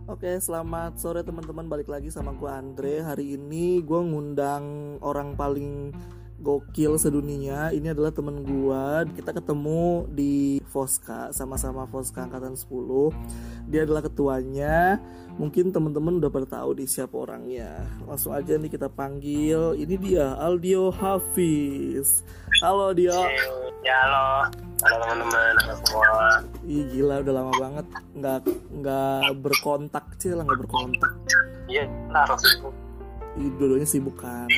Oke, selamat sore teman-teman. Balik lagi sama gue Andre. Hari ini gue ngundang orang paling gokil sedunia. Ini adalah temen gue. Kita ketemu di Foska, sama-sama Foska Angkatan 10. Dia adalah ketuanya. Mungkin teman-teman udah pada tahu di siapa orangnya. Langsung aja nih kita panggil. Ini dia, Aldio Hafiz. Halo Dio. Ya halo teman-teman, halo semua. Ih gila, udah lama banget nggak berkontak lah, nggak berkontak. Iya, harus sibuk. Dua-duanya sibuk kan.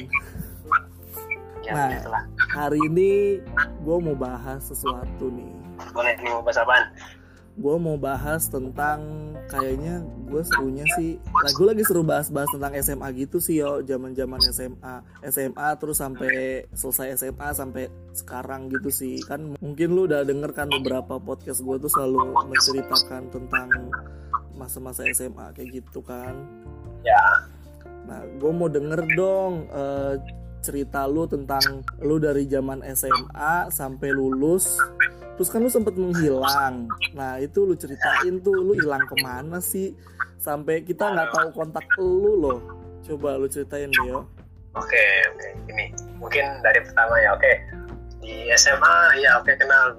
Ya, Nah, itulah. hari ini gue mau bahas sesuatu nih. Boleh nih mau bahas apaan? Gue mau bahas tentang, kayaknya gue serunya sih, gue lagi seru bahas tentang SMA gitu sih yo, zaman SMA terus sampai selesai SMA sampai sekarang gitu sih. Kan mungkin lu udah denger kan beberapa podcast gue tuh selalu menceritakan tentang masa-masa SMA kayak gitu kan. Ya. Nah, gue mau denger dong cerita lu tentang lu dari zaman SMA sampai lulus. Terus kan lu sempet menghilang. Nah itu lu ceritain tuh, lu hilang kemana sih? Sampai kita nggak tahu kontak lu loh. Coba lu ceritain deh yo. Oke. Ini mungkin dari pertama ya. Oke. Di SMA ya kenal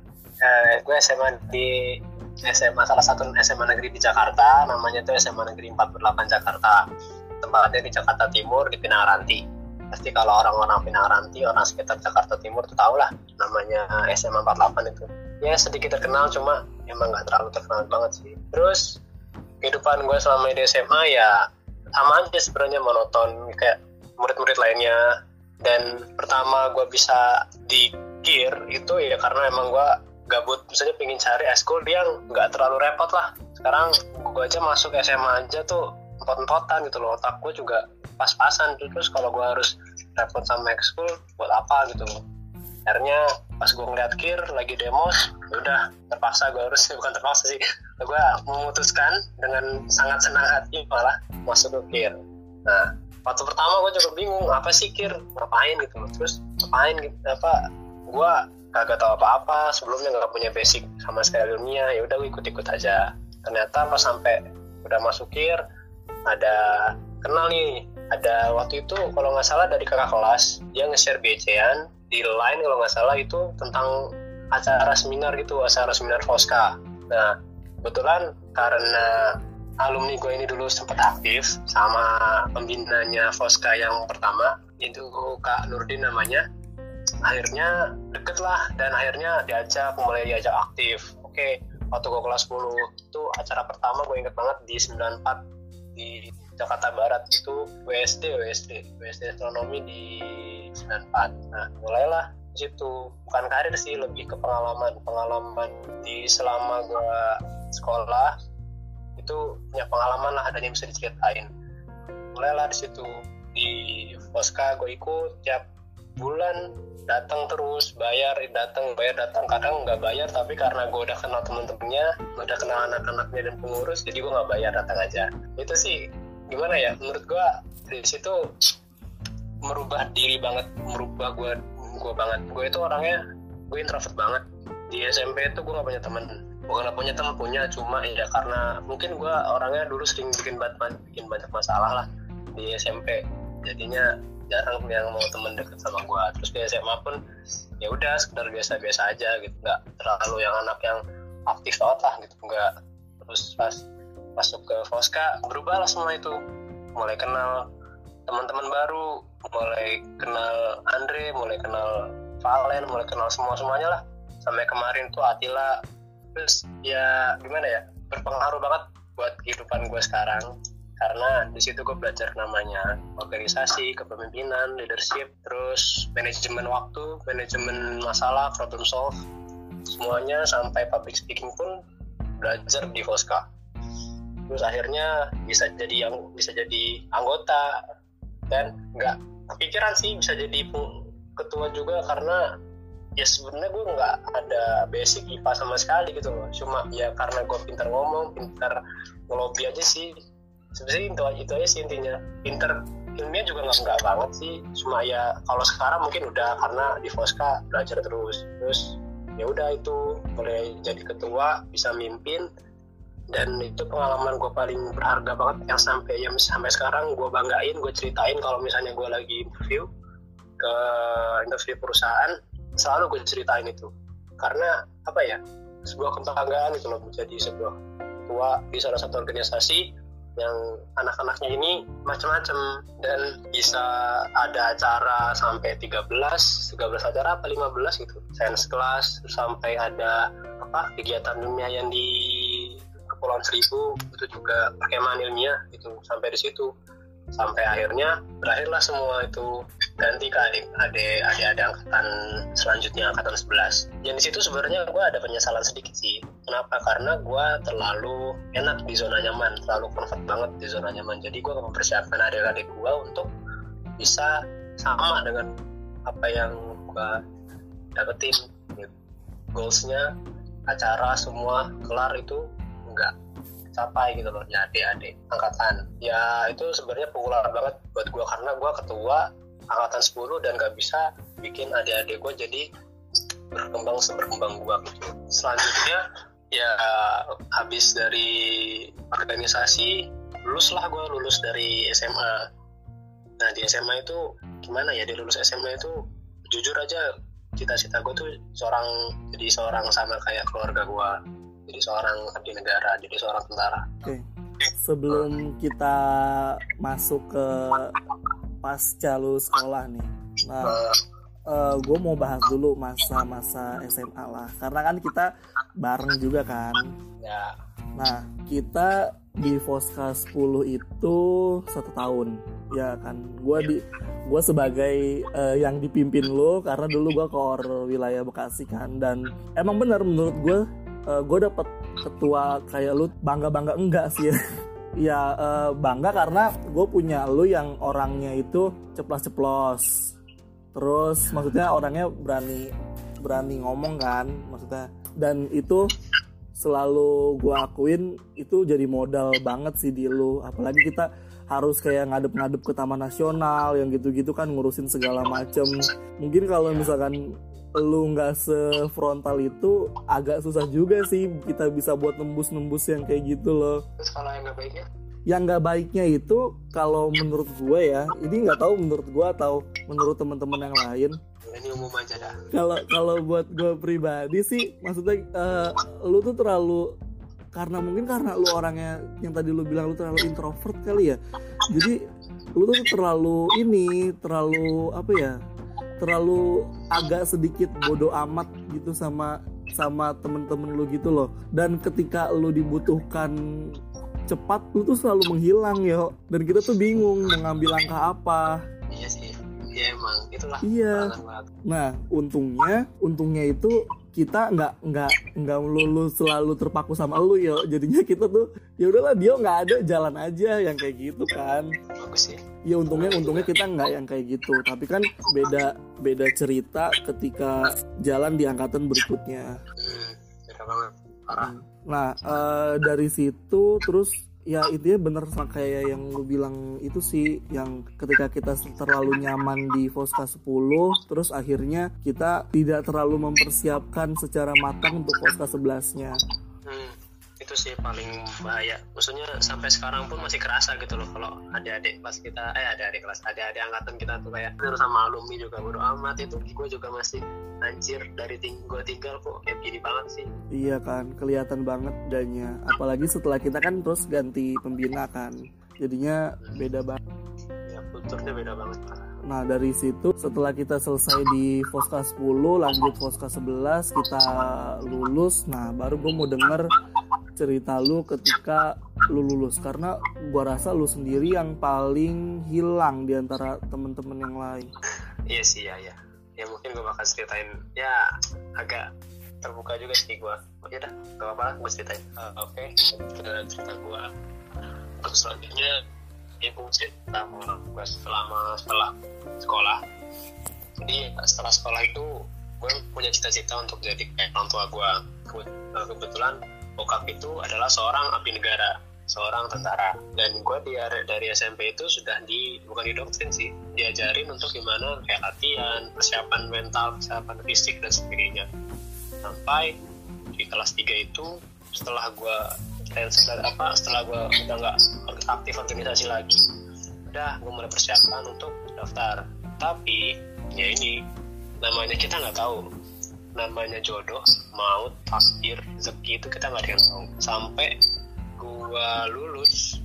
gue SMA di salah satu SMA negeri di Jakarta. Namanya tuh SMA Negeri 48 Jakarta. Tempatnya di Jakarta Timur di Pinang-Ranti. Pasti kalau orang-orang Pinang-Ranti, orang sekitar Jakarta Timur tuh tau lah namanya SMA 48 itu. Ya sedikit terkenal, cuma emang gak terlalu terkenal banget sih. Terus kehidupan gue selama di SMA ya sama aja sebenarnya, monoton kayak murid-murid lainnya. Dan pertama gue bisa di KIR itu ya karena emang gue gabut, misalnya pengen cari eskul yang gak terlalu repot lah. Sekarang gue aja masuk SMA aja tuh empot-empotan gitu loh, otak gue juga pas-pasan. Terus kalau gue harus repot sama ekskul buat apa gitu loh. Akhirnya pas gue ngeliat KIR lagi demos, udah terpaksa gue harus, bukan terpaksa sih, gue memutuskan dengan sangat senang hati malah masuk ke KIR. Nah waktu pertama gue juga bingung apa sih KIR, ngapain gitu loh. Terus ngapain gitu, gue kagak tahu apa-apa, sebelumnya nggak punya basic sama sekali ilmiah. Ya udah gue ikut-ikut aja. Ternyata pas sampai udah masuk KIR ada kenal nih, ada waktu itu kalau nggak salah dari kakak kelas, dia nge-share BC-an di line kalau nggak salah itu tentang acara seminar Foska. Nah kebetulan karena alumni gue ini dulu sempat aktif sama pembinanya Foska yang pertama, itu Kak Nurdin namanya. Akhirnya deket lah dan akhirnya mulai diajak aktif. Oke, waktu gue kelas 10 itu acara pertama gue inget banget di 94 di Jakarta Barat, itu WSD astronomi di 94. Nah mulailah di situ, bukan karir sih, lebih ke pengalaman di selama gue sekolah itu punya pengalaman lah, adanya bisa diceritain. Mulailah di situ di Foska gue ikut tiap bulan, datang terus, bayar datang, kadang nggak bayar, tapi karena gue udah kenal temen-temennya, udah kenal anak-anaknya dan pengurus, jadi gue nggak bayar, datang aja. Itu sih gimana ya, menurut gue di situ merubah gue banget. Gue itu orangnya, gue introvert banget. Di SMP itu gue nggak punya teman, punya, cuma ya karena mungkin gue orangnya dulu sering bikin banyak masalah lah di SMP, jadinya jarang yang mau temen deket sama gue. Terus di SMA pun ya udah sekedar biasa-biasa aja gitu, nggak terlalu yang anak yang aktif banget lah gitu, nggak. Terus pas masuk ke Foska berubah lah semua itu, mulai kenal teman-teman baru, mulai kenal Andre, mulai kenal Valen, mulai kenal semuanya lah, sampai kemarin tuh Atila. Terus ya gimana ya, berpengaruh banget buat kehidupan gue sekarang. Karena di situ gue belajar namanya organisasi, kepemimpinan, leadership, terus manajemen waktu, manajemen masalah, problem solve, semuanya sampai public speaking pun belajar di Foska. Terus akhirnya bisa jadi anggota, dan nggak kepikiran sih bisa jadi ketua juga, karena ya sebenarnya gue nggak ada basic IPA sama sekali gitu loh. Cuma ya karena gue pintar ngomong, pintar ngelobi aja sih. Sebenarnya itu aja sih intinya. Pinter ilmiah juga nggak banget sih, cuma ya kalau sekarang mungkin udah karena di Foska belajar terus ya udah itu boleh jadi ketua, bisa mimpin, dan itu pengalaman gue paling berharga banget yang sampai sekarang gue banggain, gue ceritain kalau misalnya gue lagi interview perusahaan, selalu gue ceritain itu karena apa ya, sebuah kebanggaan gitu loh, menjadi sebuah ketua di salah satu organisasi yang anak-anaknya ini macam-macam dan bisa ada acara sampai 13 acara apa 15 gitu, science class, sampai ada kegiatan ilmiah yang di Kepulauan Seribu itu juga perkemahan ilmiah itu, sampai di situ sampai akhirnya berakhirlah semua itu ganti ke adik angkatan selanjutnya, angkatan 11. Dan di situ sebenarnya gue ada penyesalan sedikit sih. Kenapa? Karena gue terlalu enak di zona nyaman, terlalu comfort banget di zona nyaman. Jadi gue mempersiapkan adik-adik gue untuk bisa sama dengan apa yang gue dapetin. Goalsnya acara semua kelar itu enggak capai gitu loh, ya adik-adik angkatan. Ya itu sebenarnya populer banget buat gue karena gue ketua angkatan 10 dan gak bisa bikin adik-adik gue jadi berkembang seberkembang gue gitu. Selanjutnya ya habis dari organisasi lulus dari SMA. Nah di SMA itu gimana ya, di lulus SMA itu jujur aja cita-cita gue tuh jadi seorang sama kayak keluarga gue, jadi seorang abdi negara, jadi seorang tentara. Oke. Sebelum kita masuk ke pasca lu sekolah nih, nah gue mau bahas dulu masa-masa SMA lah, karena kan kita bareng juga kan. Ya. Nah kita di Fosca 10 itu 1 tahun, ya kan. Gue sebagai yang dipimpin lo, karena dulu gue koor wilayah Bekasi kan, dan emang benar menurut gue dapet ketua kayak lu bangga enggak sih ya. Ya bangga karena gue punya lu yang orangnya itu ceplos-ceplos, terus maksudnya orangnya berani ngomong kan maksudnya, dan itu selalu gue akuin itu jadi modal banget sih di lu. Apalagi kita harus kayak ngadep ke Taman Nasional yang gitu-gitu kan, ngurusin segala macem. Mungkin kalau misalkan lu nggak sefrontal itu agak susah juga sih kita bisa buat nembus yang kayak gitu loh. Terus kalau yang nggak baiknya? Yang nggak baiknya itu kalau menurut gue ya, ini nggak tahu menurut gue atau menurut teman-teman yang lain. Ini umum aja dah. Kalau buat gue pribadi sih, maksudnya lu tuh terlalu, karena lu orangnya yang tadi lu bilang lu terlalu introvert kali ya. Jadi lu tuh terlalu apa ya? Terlalu agak sedikit bodoh amat gitu sama temen-temen lu gitu loh. Dan ketika lu dibutuhkan cepat, lu tuh selalu menghilang ya. Dan kita tuh bingung mau ngambil langkah apa. Iya sih, iya emang itulah. Iya. Nah untungnya itu kita nggak melulu selalu terpaku sama lu ya. Jadinya kita tuh ya udahlah, dia nggak ada jalan aja yang kayak gitu kan. Bagus sih. Ya untungnya kita nggak yang kayak gitu. Tapi kan beda cerita ketika jalan di angkatan berikutnya. Beda banget, parah. Nah dari situ terus ya intinya bener kayak yang lu bilang itu sih, yang ketika kita terlalu nyaman di Fosca 10 terus akhirnya kita tidak terlalu mempersiapkan secara matang untuk Fosca 11-nya. Itu sih paling bahaya. Maksudnya sampai sekarang pun masih kerasa gitu loh kalau adik-adik kelas kita, adik-adik angkatan kita tuh kayak terus sama alumni juga bodo amat. Itu gue juga masih anjir, dari gue tinggal kok kayak gini banget sih. Iya kan, kelihatan banget bedanya. Apalagi setelah kita kan terus ganti pembina kan, jadinya beda banget. Ya kulturnya beda banget. Nah dari situ setelah kita selesai di Fosca 10 lanjut Fosca 11 kita lulus. Nah baru gue mau denger cerita lu ketika lu lulus, karena gua rasa lu sendiri yang paling hilang di antara temen-temen yang lain. Iya sih ya mungkin gua bakal ceritain ya agak terbuka juga sih gua. Oke dah, gak apa-apa gua ceritain. Oke, cerita gua. Terus selanjutnya gua cerita gua setelah sekolah. Jadi setelah sekolah itu gue punya cita-cita untuk jadi kayak orang tua gue. Kebetulan bokap itu adalah seorang abdi negara, seorang tentara, dan gue dari SMP itu sudah bukan didoktrin sih, diajarin untuk gimana kayak latihan, persiapan mental, persiapan fisik dan sebagainya. Sampai di kelas 3 itu setelah gue dan setelah gue udah nggak aktif organisasi lagi, udah gue mulai persiapan untuk daftar. Tapi ya ini namanya kita nggak tahu, namanya jodoh, maut, takdir, rezeki itu kita nggak ada yang tahu. Sampai gue lulus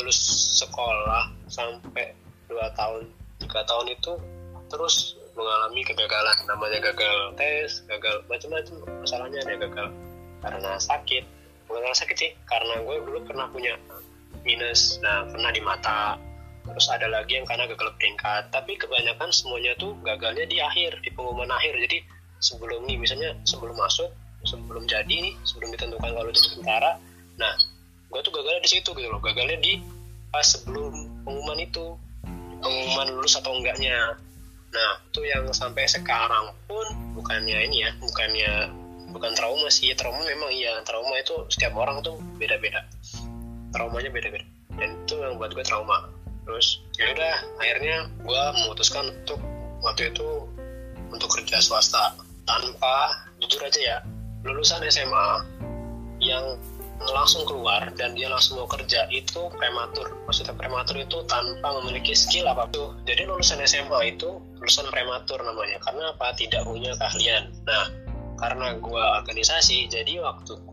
sekolah sampai 2 tahun 3 tahun itu terus mengalami kegagalan, namanya gagal tes, gagal macam-macam. Masalahnya ada gagal karena sakit, bukan karena sakit sih, karena gue dulu pernah punya minus, nah pernah di mata. Terus ada lagi yang karena gagal peringkat, tapi kebanyakan semuanya tuh gagalnya di akhir, di pengumuman akhir. Jadi sebelum nih, misalnya sebelum masuk, sebelum jadi nih, sebelum ditentukan kalau jadi tentara, nah gue tuh gagalnya di situ gitu loh, gagalnya di pas sebelum pengumuman itu, pengumuman lulus atau enggaknya. Nah itu yang sampai sekarang pun bukannya ini ya, bukan trauma sih, trauma memang iya, trauma itu setiap orang tuh beda-beda, traumanya beda-beda, dan itu yang buat gue trauma. Terus ya udah, akhirnya gue memutuskan untuk waktu itu untuk kerja swasta tanpa, jujur aja ya, lulusan SMA yang langsung keluar dan dia langsung mau kerja itu prematur. Maksudnya prematur itu tanpa memiliki skill apapun. Jadi lulusan SMA itu lulusan prematur namanya. Karena apa? Tidak punya keahlian. Nah, karena gue organisasi, jadi waktu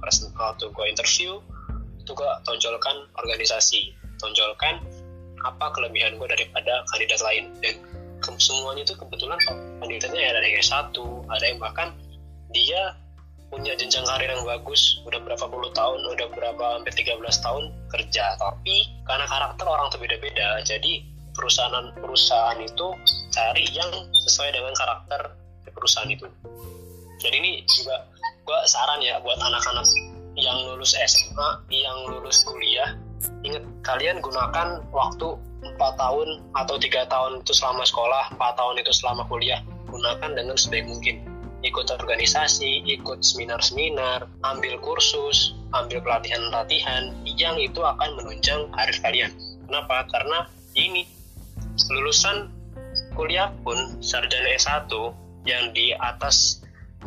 gue interview itu gue tonjolkan organisasi, tonjolkan apa kelebihan gue daripada kandidat lain. Dan semuanya itu kebetulan kandidatnya ada yang S1, ada yang bahkan dia punya jenjang karir yang bagus, udah berapa puluh tahun, udah berapa hampir 13 tahun kerja. Tapi karena karakter orang tuh beda-beda, jadi perusahaan itu cari yang sesuai dengan karakter perusahaan itu. Jadi ini juga gue saran ya buat anak-anak yang lulus SMA, yang lulus kuliah, ingat kalian gunakan waktu 4 tahun atau 3 tahun itu selama sekolah, 4 tahun itu selama kuliah, gunakan dengan sebaik mungkin. Ikut organisasi, ikut seminar-seminar, ambil kursus, ambil pelatihan-pelatihan yang itu akan menunjang karir kalian. Kenapa? Karena ini lulusan kuliah pun sarjana S1 yang di atas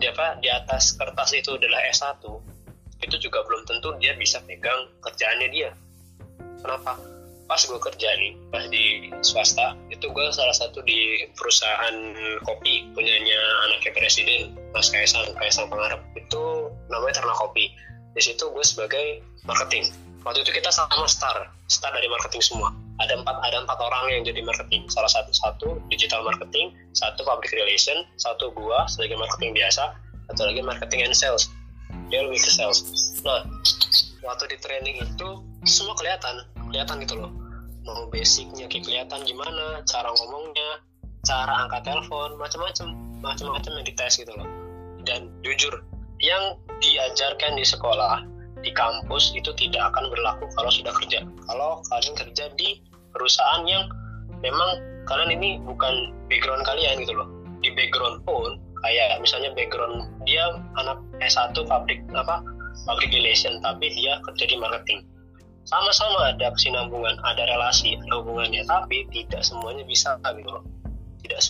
kertas itu adalah S1, itu juga belum tentu dia bisa pegang kerjaannya dia. Kenapa? Pas gue kerja nih, pas di swasta, itu gue salah satu di perusahaan kopi punyanya anaknya presiden, Mas Kaisang Pangarep, itu namanya Ternak Kopi. Di situ gue sebagai marketing. Waktu itu kita sama start dari marketing semua. Ada empat orang yang jadi marketing. Salah satu digital marketing, satu public relation, satu gue sebagai marketing biasa, satu lagi marketing and sales. Dia lebih ke sales. Nah, waktu di training itu semua kelihatan gitu loh, mau basicnya kelihatan gimana, cara ngomongnya, cara angkat telepon, macam-macam yang dites gitu loh. Dan jujur, yang diajarkan di sekolah, di kampus itu tidak akan berlaku kalau sudah kerja. Kalau kalian kerja di perusahaan yang memang kalian ini bukan background kalian gitu loh. Di background pun kayak misalnya background dia anak S1 public relation, tapi dia kerja di marketing. Sama-sama ada kesinambungan, ada relasi, ada hubungannya, tapi tidak semuanya bisa gitu loh. Tidak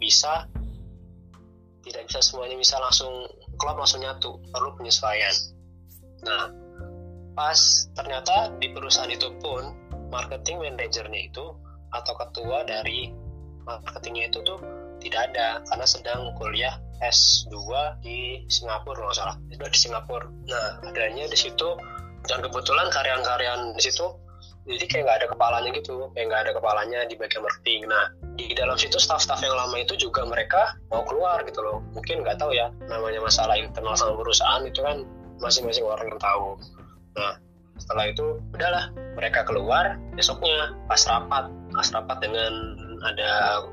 bisa semuanya bisa langsung klop, langsung nyatu, perlu penyesuaian. Nah, pas ternyata di perusahaan itu pun marketing manajernya itu atau ketua dari marketingnya itu tuh tidak ada, karena sedang kuliah S2 di Singapura, nggak salah, itu di Singapura. Nah, adanya di situ, dan kebetulan karyawan di situ, jadi kayak nggak ada kepalanya gitu, kayak nggak ada kepalanya di bagian marketing. Nah, di dalam situ staff-staff yang lama itu juga mereka mau keluar gitu loh. Mungkin nggak tahu ya, namanya masalah internal sama perusahaan itu kan masing-masing orang yang tahu. Nah, setelah itu udahlah mereka keluar. Besoknya pas rapat dengan ada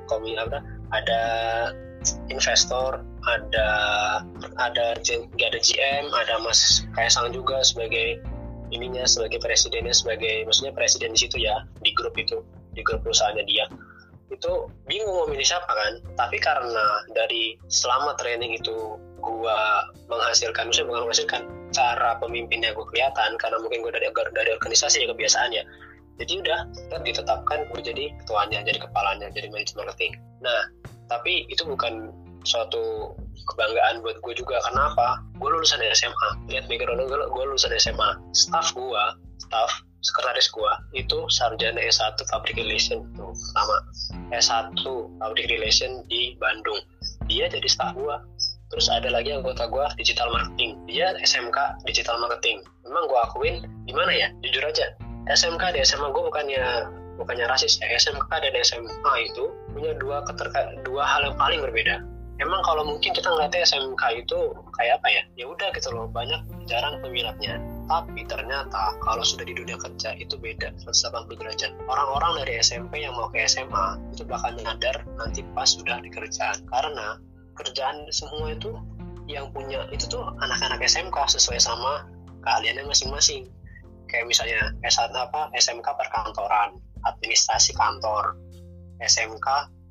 investor, ada GM, ada Mas Kaisang juga sebagai presidennya, maksudnya presiden di situ ya, di grup perusahaannya dia. Itu bingung mau milih siapa kan, tapi karena dari selama training itu gua menghasilkan cara pemimpinnya gue kelihatan, karena mungkin gue dari organisasi ya, kebiasaan ya. Jadi udah ditetapkan gue jadi ketuanya, jadi kepalanya, jadi manajer marketing. Nah, tapi itu bukan suatu kebanggaan buat gue juga. Kenapa? Gue lulusan SMA. Lihat background gue lulusan SMA. Staff sekretaris gue itu sarjana S1 Public Relation itu pertama. S1 Public Relation di Bandung. Dia jadi staff gue. Terus ada lagi anggota gue digital marketing. Dia SMK digital marketing. Memang gue akuin gimana ya? Jujur aja. SMK di SMA gue bukannya rasis ya. SMK dan SMA itu punya dua hal yang paling berbeda. Emang kalau mungkin kita ngeliatnya SMK itu kayak apa ya? Ya udah gitu loh, jarang peminatnya. Tapi ternyata kalau sudah di dunia kerja itu beda 180 derajat. Orang-orang dari SMP yang mau ke SMA itu bakal nyadar nanti pas sudah di kerjaan. Karena kerjaan semua itu yang punya itu tuh anak-anak SMK sesuai sama keahliannya masing-masing. Kayak misalnya SMK perkantoran, administrasi kantor, SMK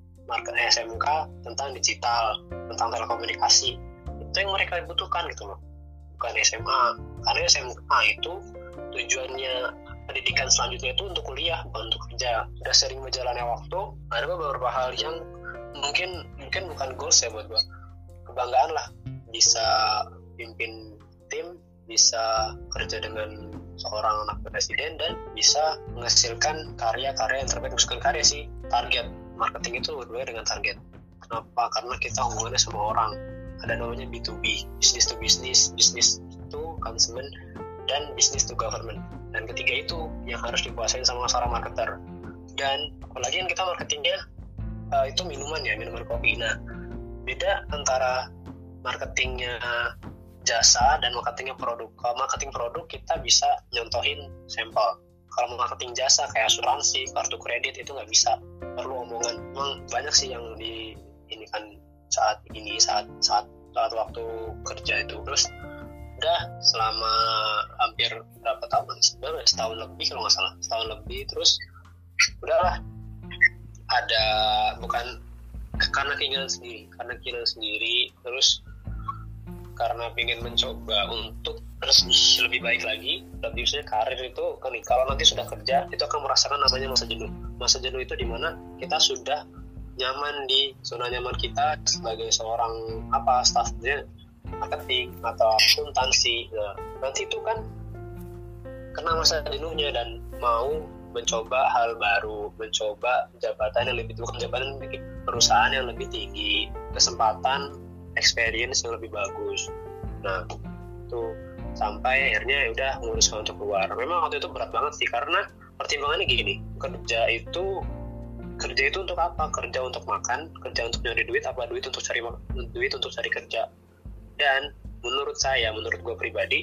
tentang digital, tentang telekomunikasi. Itu yang mereka butuhkan gitu loh. Bukan SMA. Karena SMA itu tujuannya pendidikan selanjutnya itu untuk kuliah, bukan untuk kerja. Udah sering berjalannya waktu, ada beberapa hal yang mungkin bukan goals ya buat gue. Kebanggaan lah bisa pimpin tim, bisa kerja dengan seorang anak presiden, dan bisa menghasilkan karya-karya yang terbaik. Bukan karya sih, target. Marketing itu berdua dengan target. Kenapa? Karena kita hubungannya sama orang. Ada namanya B2B, business to business, business to consumer, dan business to government. Dan ketiga itu yang harus dikuasain sama seorang marketer. Dan apalagi yang kita marketingnya itu minuman kopi. Nah, beda antara marketingnya jasa dan marketingnya produk. Kalau marketing produk kita bisa nyontohin sampel. Kalau marketing jasa kayak asuransi, kartu kredit itu nggak bisa, perlu omongan. Memang banyak sih yang ini kan saat waktu kerja itu. Terus udah selama hampir berapa tahun? Sebenarnya setahun lebih kalau nggak salah, setahun lebih. Terus udahlah, ada bukan karena keinginan sendiri, terus karena pengen mencoba untuk lebih baik lagi. Lebih misalnya karir itu kan, kalau nanti sudah kerja itu akan merasakan namanya masa jenuh itu dimana kita sudah nyaman di zona nyaman kita sebagai seorang staffnya marketing atau akuntansi. Nah, nanti itu kan kena masa jenuhnya dan mau mencoba hal baru, mencoba jabatan yang lebih, bukan jabatan, perusahaan yang lebih tinggi, kesempatan experience yang lebih bagus. Nah, tuh sampai akhirnya ya udah memutuskan untuk keluar. Memang waktu itu berat banget sih, karena pertimbangannya gini, kerja itu untuk apa? Kerja untuk makan, kerja untuk nyari duit, apa duit untuk cari kerja. Dan menurut gue pribadi,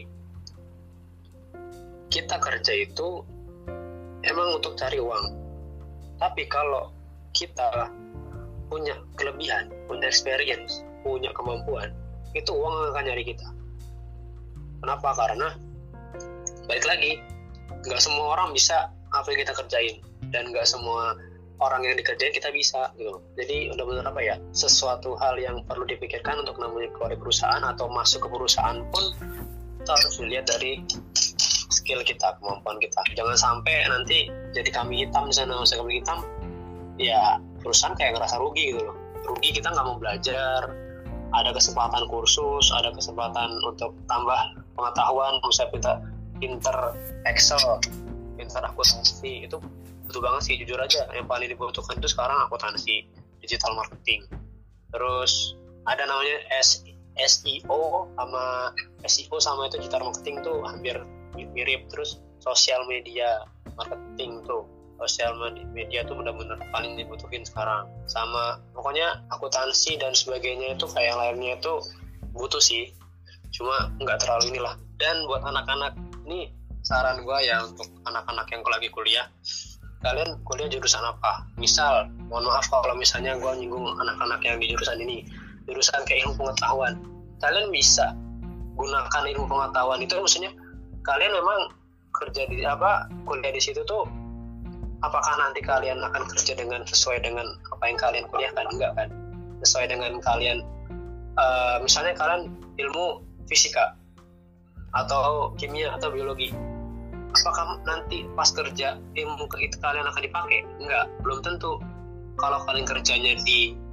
kita kerja itu emang untuk cari uang. Tapi kalau kita punya kelebihan, punya experience, punya kemampuan, itu uang akan nyari kita. Kenapa? Karena balik lagi, nggak semua orang bisa apa yang kita kerjain, dan nggak semua orang yang dikerjain kita bisa gitu. Jadi benar-benar sesuatu hal yang perlu dipikirkan untuk namanya keluar dari perusahaan atau masuk ke perusahaan pun kita harus dilihat dari skill kita, kemampuan kita. Jangan sampai nanti jadi kambing hitam. Misalnya kambing hitam, ya perusahaan kayak ngerasa rugi gitu loh. Rugi, kita nggak mau belajar, ada kesempatan kursus, ada kesempatan untuk tambah pengetahuan, misalnya kita pinter Excel, pinter akuntansi, itu butuh banget sih. Jujur aja, yang paling dibutuhkan itu sekarang akuntansi, digital marketing. Terus ada namanya SEO sama itu digital marketing tuh hampir mirip. Terus sosial media marketing tuh, sosial media tuh benar-benar paling dibutuhin sekarang. Sama pokoknya akuntansi dan sebagainya itu kayak yang lainnya itu butuh sih, cuma nggak terlalu inilah. Dan buat anak-anak ini, saran gue ya untuk anak-anak yang lagi kuliah, kalian kuliah jurusan apa? Misal, mohon maaf kalau misalnya gue nyinggung anak-anak yang di jurusan ini, jurusan kayak ilmu pengetahuan, kalian bisa gunakan ilmu pengetahuan itu. Maksudnya kalian memang kerja di kuliah di situ tuh, apakah nanti kalian akan kerja sesuai dengan apa yang kalian kuliahkan? Enggak kan? Sesuai dengan kalian, misalnya kalian ilmu fisika atau kimia atau biologi, apakah nanti pas kerja ilmu itu kalian akan dipakai? Enggak, belum tentu. Kalau kalian kerjanya di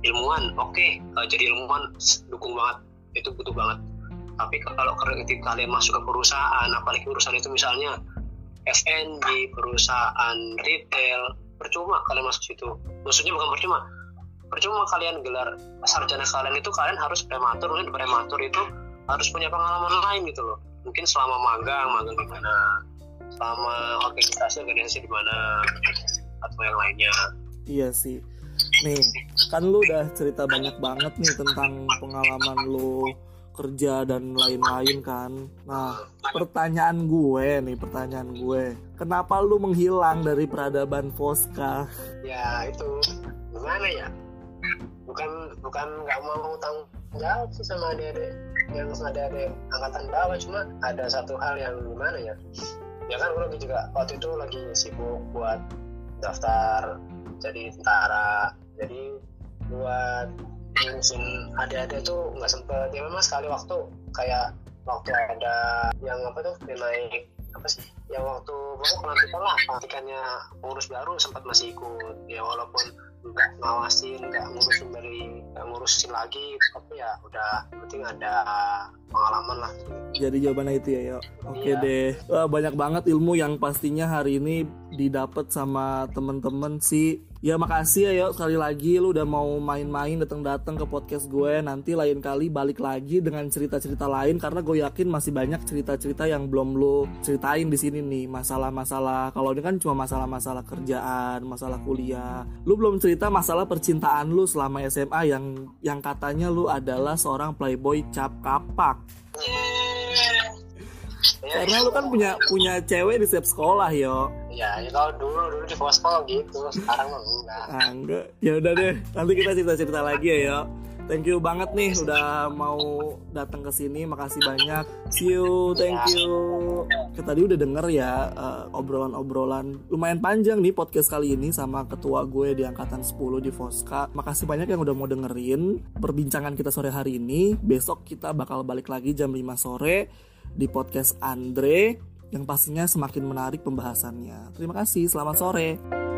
ilmuwan, oke, jadi ilmuwan dukung banget, itu butuh banget. Tapi kalau ketika kalian masuk ke perusahaan, apalagi perusahaan itu misalnya F&B, perusahaan retail, percuma kalian masuk situ. Maksudnya bukan percuma kalian gelar sarjana kalian itu, kalian harus prematur. Mungkin prematur itu harus punya pengalaman lain gitu loh. Mungkin selama magang di mana, selama organisasi di mana, atau yang lainnya. Iya sih. Nih, kan lu udah cerita banyak banget nih tentang pengalaman lu kerja dan lain-lain kan. Nah, pertanyaan gue, kenapa lu menghilang dari peradaban Voska? Ya itu gimana ya? Bukan nggak mau tanggung jawab sih sama adik-adik yang ada angkatan bawah, cuma ada satu hal yang gimana ya? Ya kan gue juga waktu itu lagi sibuk buat daftar jadi tentara, jadi buat ngurusin adik-adik tuh nggak sempet. Ya memang sekali waktu kayak waktu ada yang naik yang waktu pelantikannya pengurus baru sempat masih ikut ya, walaupun nggak ngurusin lagi, tapi ya udah penting ada pengalaman lah. Jadi jawabannya itu ya, yo. Oke deh. Wah, banyak banget ilmu yang pastinya hari ini didapat sama temen-temen sih. Ya makasih ya, yo, sekali lagi lu udah mau main-main datang ke podcast gue. Nanti lain kali balik lagi dengan cerita-cerita lain, karena gue yakin masih banyak cerita-cerita yang belum lu ceritain di sini nih. Masalah-masalah, kalau ini kan cuma masalah-masalah kerjaan, masalah kuliah. Lu belum cerita masalah percintaan lu selama SMA yang katanya lu adalah seorang playboy cap kapak. Karena lu kan punya cewek di setiap sekolah, yo. Ya kalau dulu di sekolah gitu, sekarang mah enggak. Ya udah deh, nanti kita cerita-cerita lagi ya, yo. Thank you banget nih udah mau datang ke sini. Makasih banyak. See you, thank you. Kita tadi udah denger ya obrolan-obrolan lumayan panjang nih podcast kali ini sama ketua gue di angkatan 10 di Voska. Makasih banyak yang udah mau dengerin perbincangan kita sore hari ini. Besok kita bakal balik lagi jam 5 sore di podcast Andre yang pastinya semakin menarik pembahasannya. Terima kasih, selamat sore.